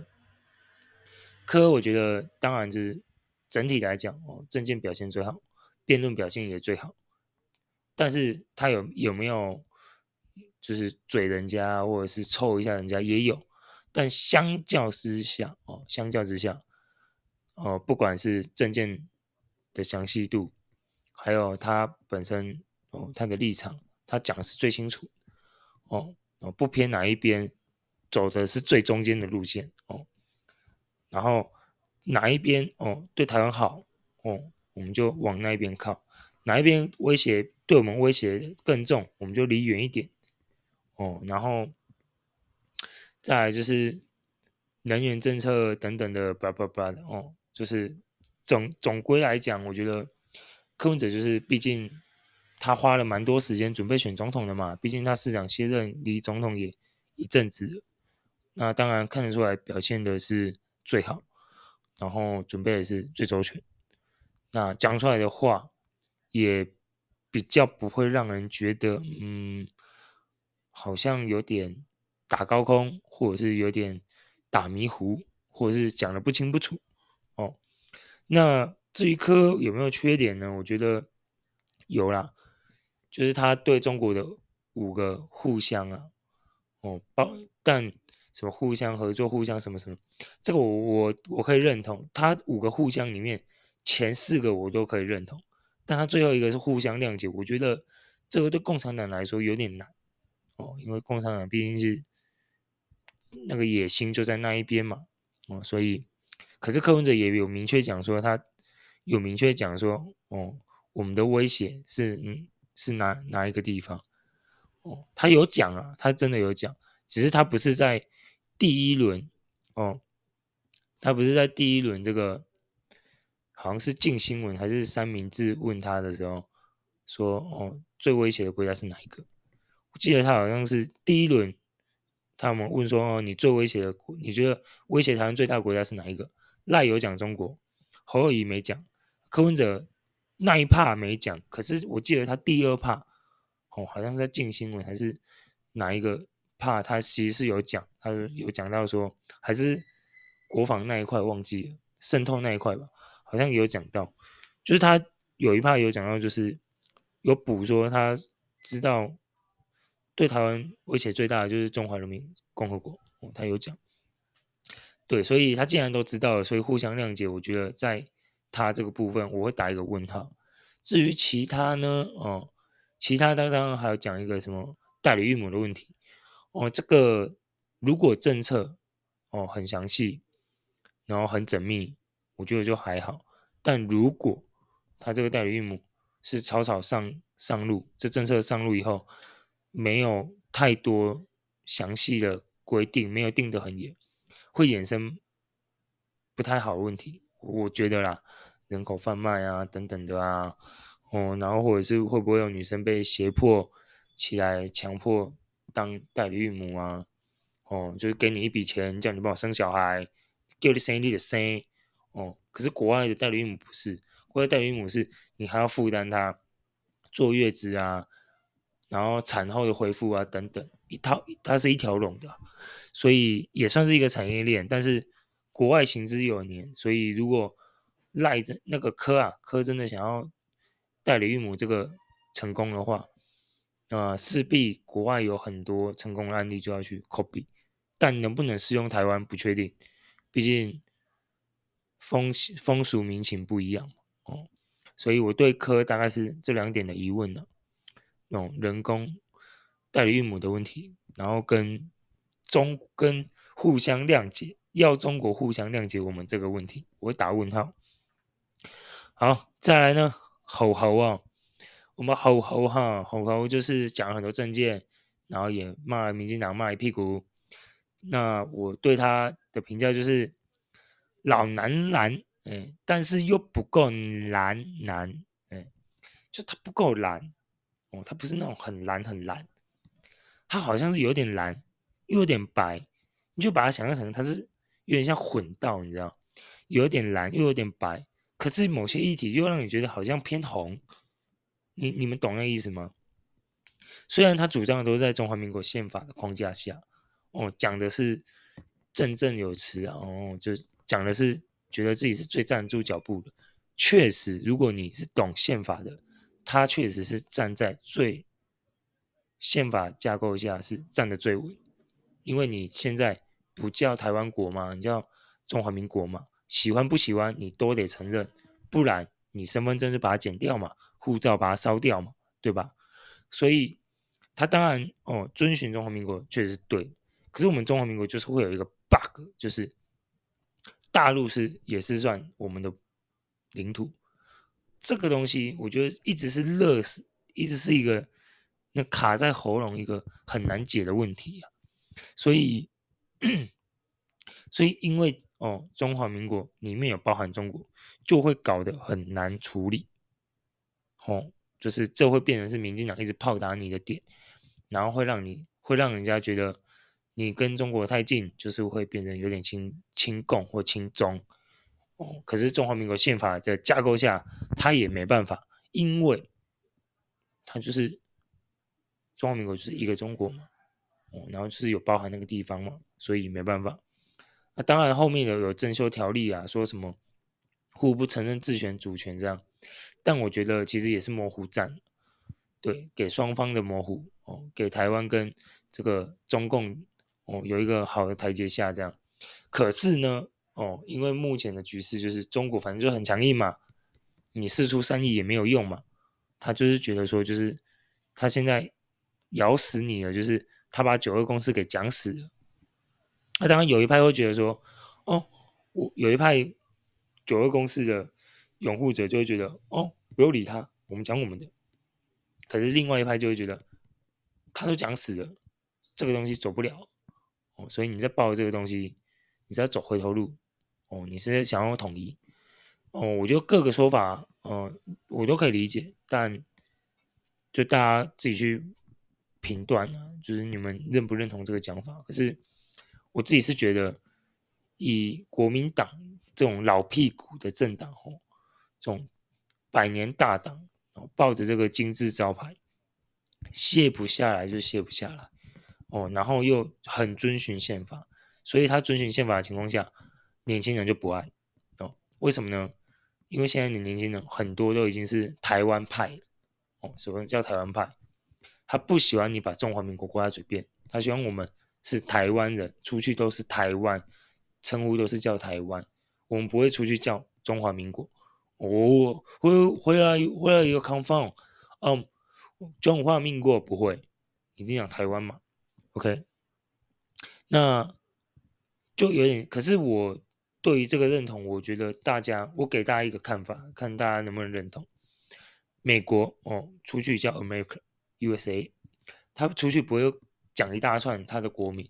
我觉得当然就是整体来讲政见表现最好，辩论表现也最好，但是他有没有就是嘴人家或者是臭一下人家也有，但相较之下，不管是政见的详细度，还有他本身他的立场，他讲的是最清楚不偏哪一边，走的是最中间的路线然后哪一边对台湾好我们就往那一边靠，哪一边对我们威胁更重，我们就离远一点然后再来就是能源政策等等的叭叭叭的就是总归来讲，我觉得柯文哲就是毕竟他花了蛮多时间准备选总统的嘛，毕竟他市长卸任离总统也一阵子了，那当然看得出来表现的是最好，然后准备的是最周全，那讲出来的话也比较不会让人觉得好像有点打高空，或者是有点打迷糊，或者是讲的不清不楚那至于柯有没有缺点呢？我觉得有啦，就是他对中国的5个互相但什么互相合作、互相什么什么，这个我可以认同。他5个互相里面前4个我都可以认同，但他最后一个是互相谅解，我觉得这个对共产党来说有点难因为共产党毕竟是那个野心就在那一边嘛所以可是柯文哲也有明确讲说，我们的威胁是哪一个地方他有讲啊，他真的有讲，只是他不是在第一轮哦，他不是在第一轮这个好像是镜新闻还是三明治问他的时候说最威胁的国家是哪一个？我记得他好像是第一轮他们问说你最威胁的你觉得威胁台湾最大的国家是哪一个？赖有讲中国，侯友宜没讲，柯文哲那一趴没讲，可是我记得他第2趴好像是在镜新闻还是哪一个怕他其实是有讲，他有讲到说还是国防那一块忘记了，渗透那一块吧，好像有讲到，就是他有一趴有讲到，就是有补说他知道对台湾威胁最大的就是中华人民共和国他有讲，对，所以他既然都知道了，所以互相谅解，我觉得在他这个部分我会打一个问号。至于其他呢，其他当然还有讲一个什么代理孕母的问题，这个如果政策很详细，然后很缜密，我觉得就还好。但如果他这个代理孕母是草草上路，这政策上路以后，没有太多详细的规定没有定得很严，会衍生不太好的问题。我觉得啦，人口贩卖啊等等的啊，然后或者是会不会有女生被胁迫起来强迫当代理孕母啊？就是给你一笔钱，叫你帮我生小孩，叫你生你就生。可是国外的代理孕母不是，国外代理孕母是你还要负担她坐月子啊，然后产后的恢复啊等等，它是一条龙的，所以也算是一个产业链。但是国外行之有年，所以如果赖着那个科真的想要代理孕母这个成功的话，势必国外有很多成功的案例就要去 copy， 但能不能适用台湾不确定，毕竟风俗民情不一样所以我对科大概是这2点的疑问呢，那种人工代理孕母的问题，然后跟互相谅解，要中国互相谅解我们这个问题，我会打问号。好，再来呢，吼我们吼就是讲了很多政见，然后也骂了民进党骂一屁股。那我对他的评价就是老男蓝，但是又不够蓝，就他不够蓝他不是那种很蓝，他好像是有点蓝又有点白，你就把它想象成它是有点像混到，你知道，有点蓝又有点白，可是某些议题又让你觉得好像偏红，你们懂那个意思吗？虽然他主张的都是在中华民国宪法的框架下，讲的是振振有词啊，就讲的是觉得自己是最站住脚步的。确实，如果你是懂宪法的，他确实是站在宪法架构下是站得最稳，因为你现在不叫台湾国嘛，你叫中华民国嘛，喜欢不喜欢你都得承认，不然你身份证就把它剪掉嘛，护照把它烧掉嘛，对吧？所以他当然遵循中华民国确实是对，可是我们中华民国就是会有一个 bug， 就是大陆也是算我们的领土，这个东西我觉得一直是一直是一个那卡在喉咙一个很难解的问题啊，所以因为中华民国里面有包含中国，就会搞得很难处理，就是这会变成是民进党一直炮打你的点，然后会让人家觉得你跟中国太近，就是会变成有点亲共或亲中可是中华民国宪法的架构下，他也没办法，因为他就是中华民国就是一个中国嘛，然后就是有包含那个地方嘛，所以没办法。那当然后面有增修条例啊，说什么互不承认自权主权这样，但我觉得其实也是模糊战，对，给双方的模糊给台湾跟这个中共有一个好的台阶下这样。可是呢因为目前的局势就是中国反正就很强硬嘛，你释出善意也没有用嘛，他就是觉得说就是他现在咬死你了，就是他把九二共识给讲死了。那当然有一派会觉得说有一派九二共识的拥护者就会觉得不用理他，我们讲我们的。可是另外一派就会觉得他都讲死了，这个东西走不了所以你在报这个东西，你是要走回头路你是想要统一我觉得各个说法我都可以理解，但就大家自己去评断就是你们认不认同这个讲法。可是我自己是觉得，以国民党这种老屁股的政党这种百年大党抱着这个金字招牌，卸不下来就卸不下来然后又很遵循宪法，所以他遵循宪法的情况下，年轻人就不爱为什么呢？因为现在的年轻人很多都已经是台湾派什么叫台湾派？他不喜欢你把中华民国挂在嘴边，他希望我们是台湾人，出去都是台湾，称呼都是叫台湾，我们不会出去叫中华民国。where are you come from？中华民国不会，一定讲台湾嘛。OK， 那就有点，可是我对于这个认同，我觉得我给大家一个看法，看大家能不能认同。美国出去叫 America USA， 他出去不会讲一大串他的国民，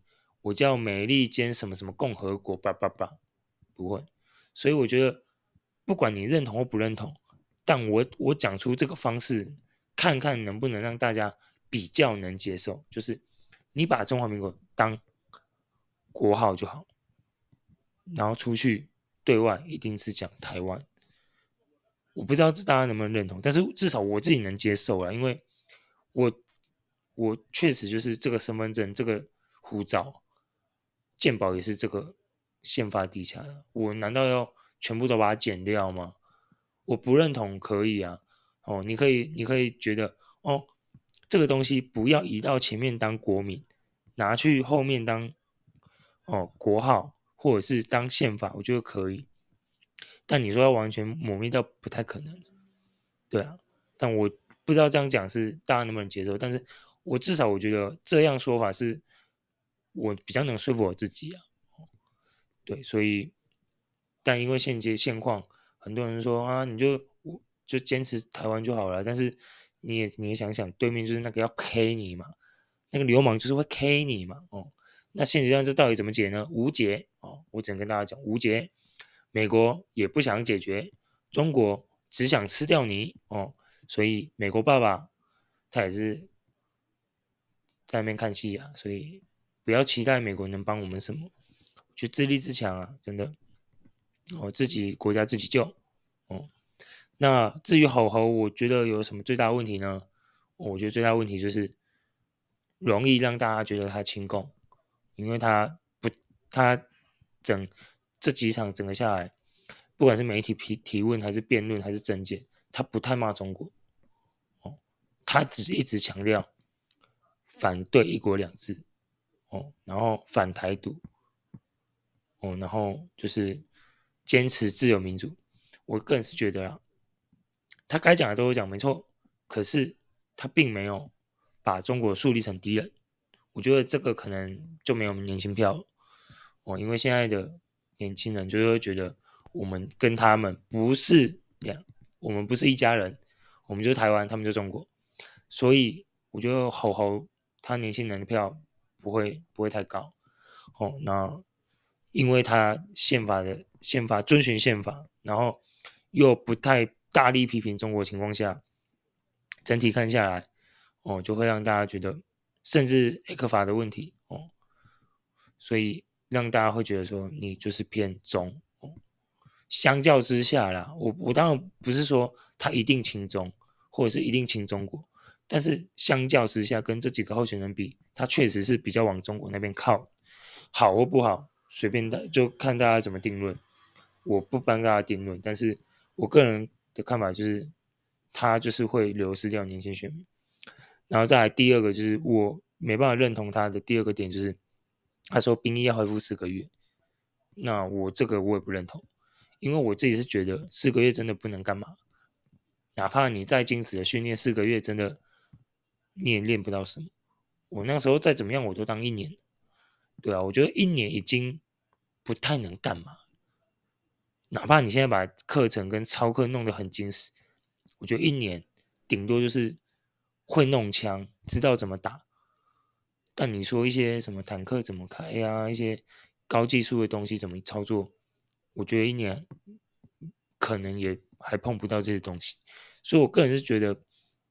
我叫美利坚什么什么共和国，叭叭叭，不会。所以我觉得，不管你认同或不认同，但我讲出这个方式，看看能不能让大家比较能接受，就是你把中华民国当国号就好，然后出去对外一定是讲台湾。我不知道大家能不能认同，但是至少我自己能接受了，因为我确实就是这个身份证、这个护照、健保也是这个宪法底下的，我难道要全部都把它剪掉吗？我不认同可以啊，哦，你可以觉得哦，这个东西不要移到前面当国民，拿去后面当国号或者是当宪法，我觉得可以。但你说要完全抹灭掉，不太可能。对啊，但我不知道这样讲是大家能不能接受，但是我至少我觉得这样说法是我比较能说服我自己啊。对，所以但因为现况，很多人说啊，就坚持台湾就好了，但是你也想想，对面就是那个要 K 你嘛，那个流氓就是会 K 你嘛，哦，那现实上这到底怎么解呢？无解哦，我只能跟大家讲无解。美国也不想解决，中国只想吃掉你哦，所以美国爸爸他也是在那边看戏啊，所以不要期待美国能帮我们什么，就自立自强啊，真的哦，自己国家自己救哦。那至于吼吼，我觉得有什么最大的问题呢？我觉得最大的问题就是容易让大家觉得他亲共，因为他这几场整个下来，不管是媒体提问还是辩论还是政见，他不太骂中国哦，他只是一直强调反对一国两制哦，然后反台独哦，然后就是坚持自由民主。我个人是觉得啦，他该讲的都有讲，没错，可是他并没有把中国树立成敌人。我觉得这个可能就没有年轻票了哦，因为现在的年轻人就会觉得我们跟他们不是两，我们不是一家人，我们就是台湾，他们就中国，所以我觉得吼吼他年轻人的票不会太高哦。那因为他宪法遵循宪法，然后又不太大力批评中国情况下，整体看下来哦，就会让大家觉得，甚至 A 克法的问题哦，所以让大家会觉得说你就是偏中哦。相较之下啦，我当然不是说他一定亲中，或者是一定亲中国，但是相较之下，跟这几个候选人比，他确实是比较往中国那边靠。好或不好，随便就看大家怎么定论。我不帮大家定论，但是我个人的看法就是，他就是会流失掉年轻选民。然后再来第二个就是我没办法认同他的第二个点就是，他说兵役要恢复4个月，那这个我也不认同，因为我自己是觉得4个月真的不能干嘛，哪怕你再精实的训练4个月，真的你也练不到什么。我那时候再怎么样，我都当1年，对啊，我觉得1年已经不太能干嘛，哪怕你现在把课程跟操课弄得很精实，我觉得1年顶多就是会弄枪，知道怎么打。但你说一些什么坦克怎么开呀、一些高技术的东西怎么操作，我觉得1年可能也还碰不到这些东西。所以我个人是觉得，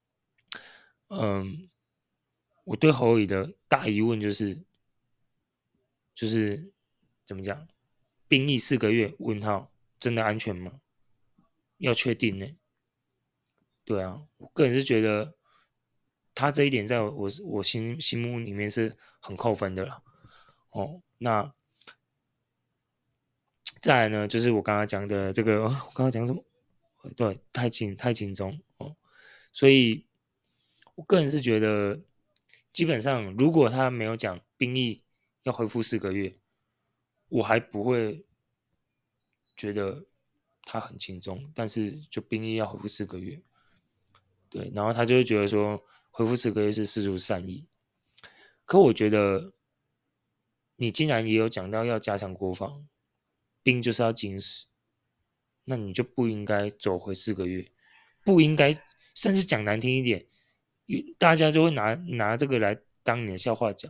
嗯，我对侯乙的大疑问就是怎么讲，兵役4个月？问号，真的安全吗？要确定呢。对啊，我个人是觉得他这一点在我心目里面是很扣分的啦。哦，那再来呢，就是我刚刚讲的这个，我刚刚讲什么？对，太轻中哦，所以我个人是觉得，基本上如果他没有讲兵役要恢复4个月，我还不会觉得他很轻重，但是就兵役要恢复四个月，对，然后他就会觉得说恢复4个月是事出善意，可我觉得你既然也有讲到要加强国防，兵就是要精实，那你就不应该走回4个月，不应该，甚至讲难听一点，大家就会拿这个来当你的笑话讲。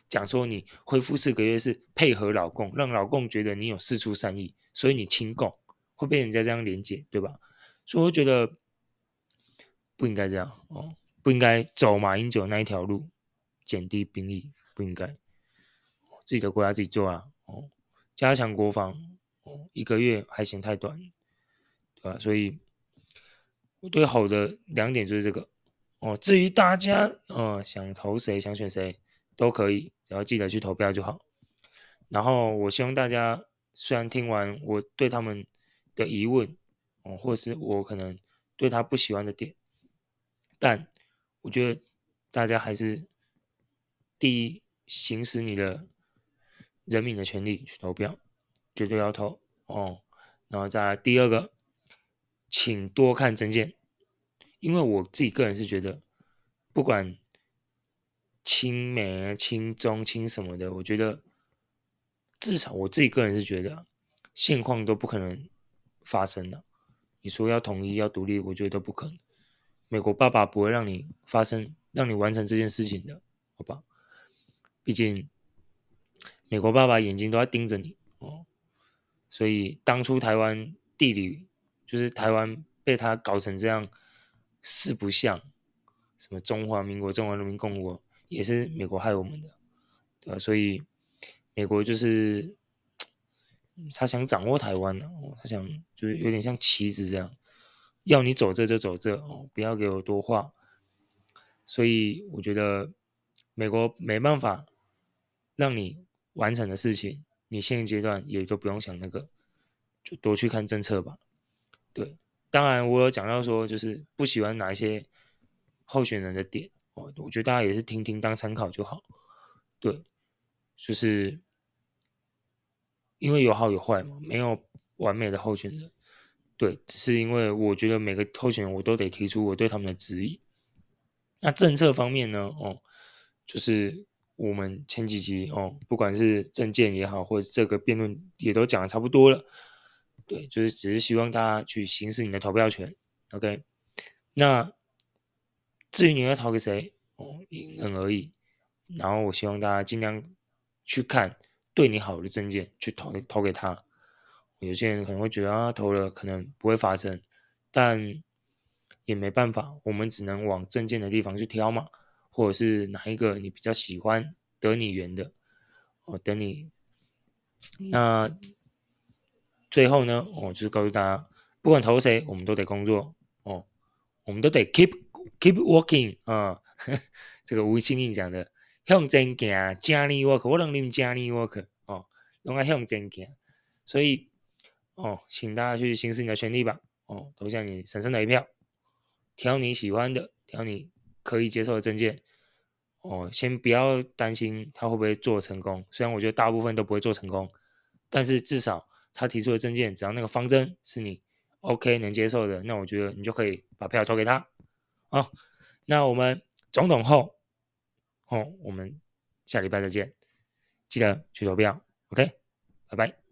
讲说你恢复4个月是配合老共，让老共觉得你有释出善意，所以你亲共，会被人家这样连结，对吧？所以我觉得不应该这样哦，不应该走马英九那一条路，减低兵力，不应该。自己的国家自己做啊，哦，加强国防，哦，1个月还嫌太短，对吧？所以我对好的2点就是这个，哦，至于大家想投谁想选谁都可以，只要记得去投票就好。然后我希望大家虽然听完我对他们的疑问，哦，或者是我可能对他不喜欢的点，但我觉得大家还是第一行使你的人民的权利去投票，绝对要投哦。然后再来第二个，请多看证件，因为我自己个人是觉得，不管亲美、亲中、亲什么的，我觉得至少我自己个人是觉得，现况都不可能发生的。你说要统一、要独立，我觉得都不可能。美国爸爸不会让你发生、让你完成这件事情的，好吧？毕竟美国爸爸眼睛都在盯着你哦。所以当初台湾地理就是台湾被他搞成这样四不像，什么中华民国、中华人民共和国，也是美国害我们的，对吧？所以美国就是他想掌握台湾的、哦，他想就是有点像棋子这样，要你走这就走这哦，不要给我多话。所以我觉得美国没办法让你完成的事情，你现阶段也就不用想那个，就多去看政策吧。对，当然我有讲到说，就是不喜欢哪一些候选人的点哦，我觉得大家也是听听当参考就好。对，就是因为有好有坏嘛，没有完美的候选人。对，只是因为我觉得每个候选人我都得提出我对他们的质疑。那政策方面呢，哦，就是我们前几集哦，不管是政见也好，或者这个辩论也都讲的差不多了。对，就是只是希望大家去行使你的投票权。OK，那至于你要投给谁，哦，因人而异。然后我希望大家尽量去看对你好的证件，去投给他。有些人可能会觉得啊，投了可能不会发生，但也没办法，我们只能往证件的地方去挑嘛，或者是哪一个你比较喜欢得你缘的，哦，等你。那最后呢，我就是告诉大家，不管投谁，我们都得工作哦，我们都得 keep working 啊、这个吴清印讲的，向前行，加力 work，我能念加力 work 哦，用来向前行，所以哦，请大家去行使你的权利吧，哦，投下你神圣的一票，挑你喜欢的，挑你可以接受的证件，哦，先不要担心他会不会做成功，虽然我觉得大部分都不会做成功，但是至少他提出的证件，只要那个方针是你 OK 能接受的，那我觉得你就可以把票投给他。好，那我们总统后，哦，我们下礼拜再见，记得去投票，OK，拜拜。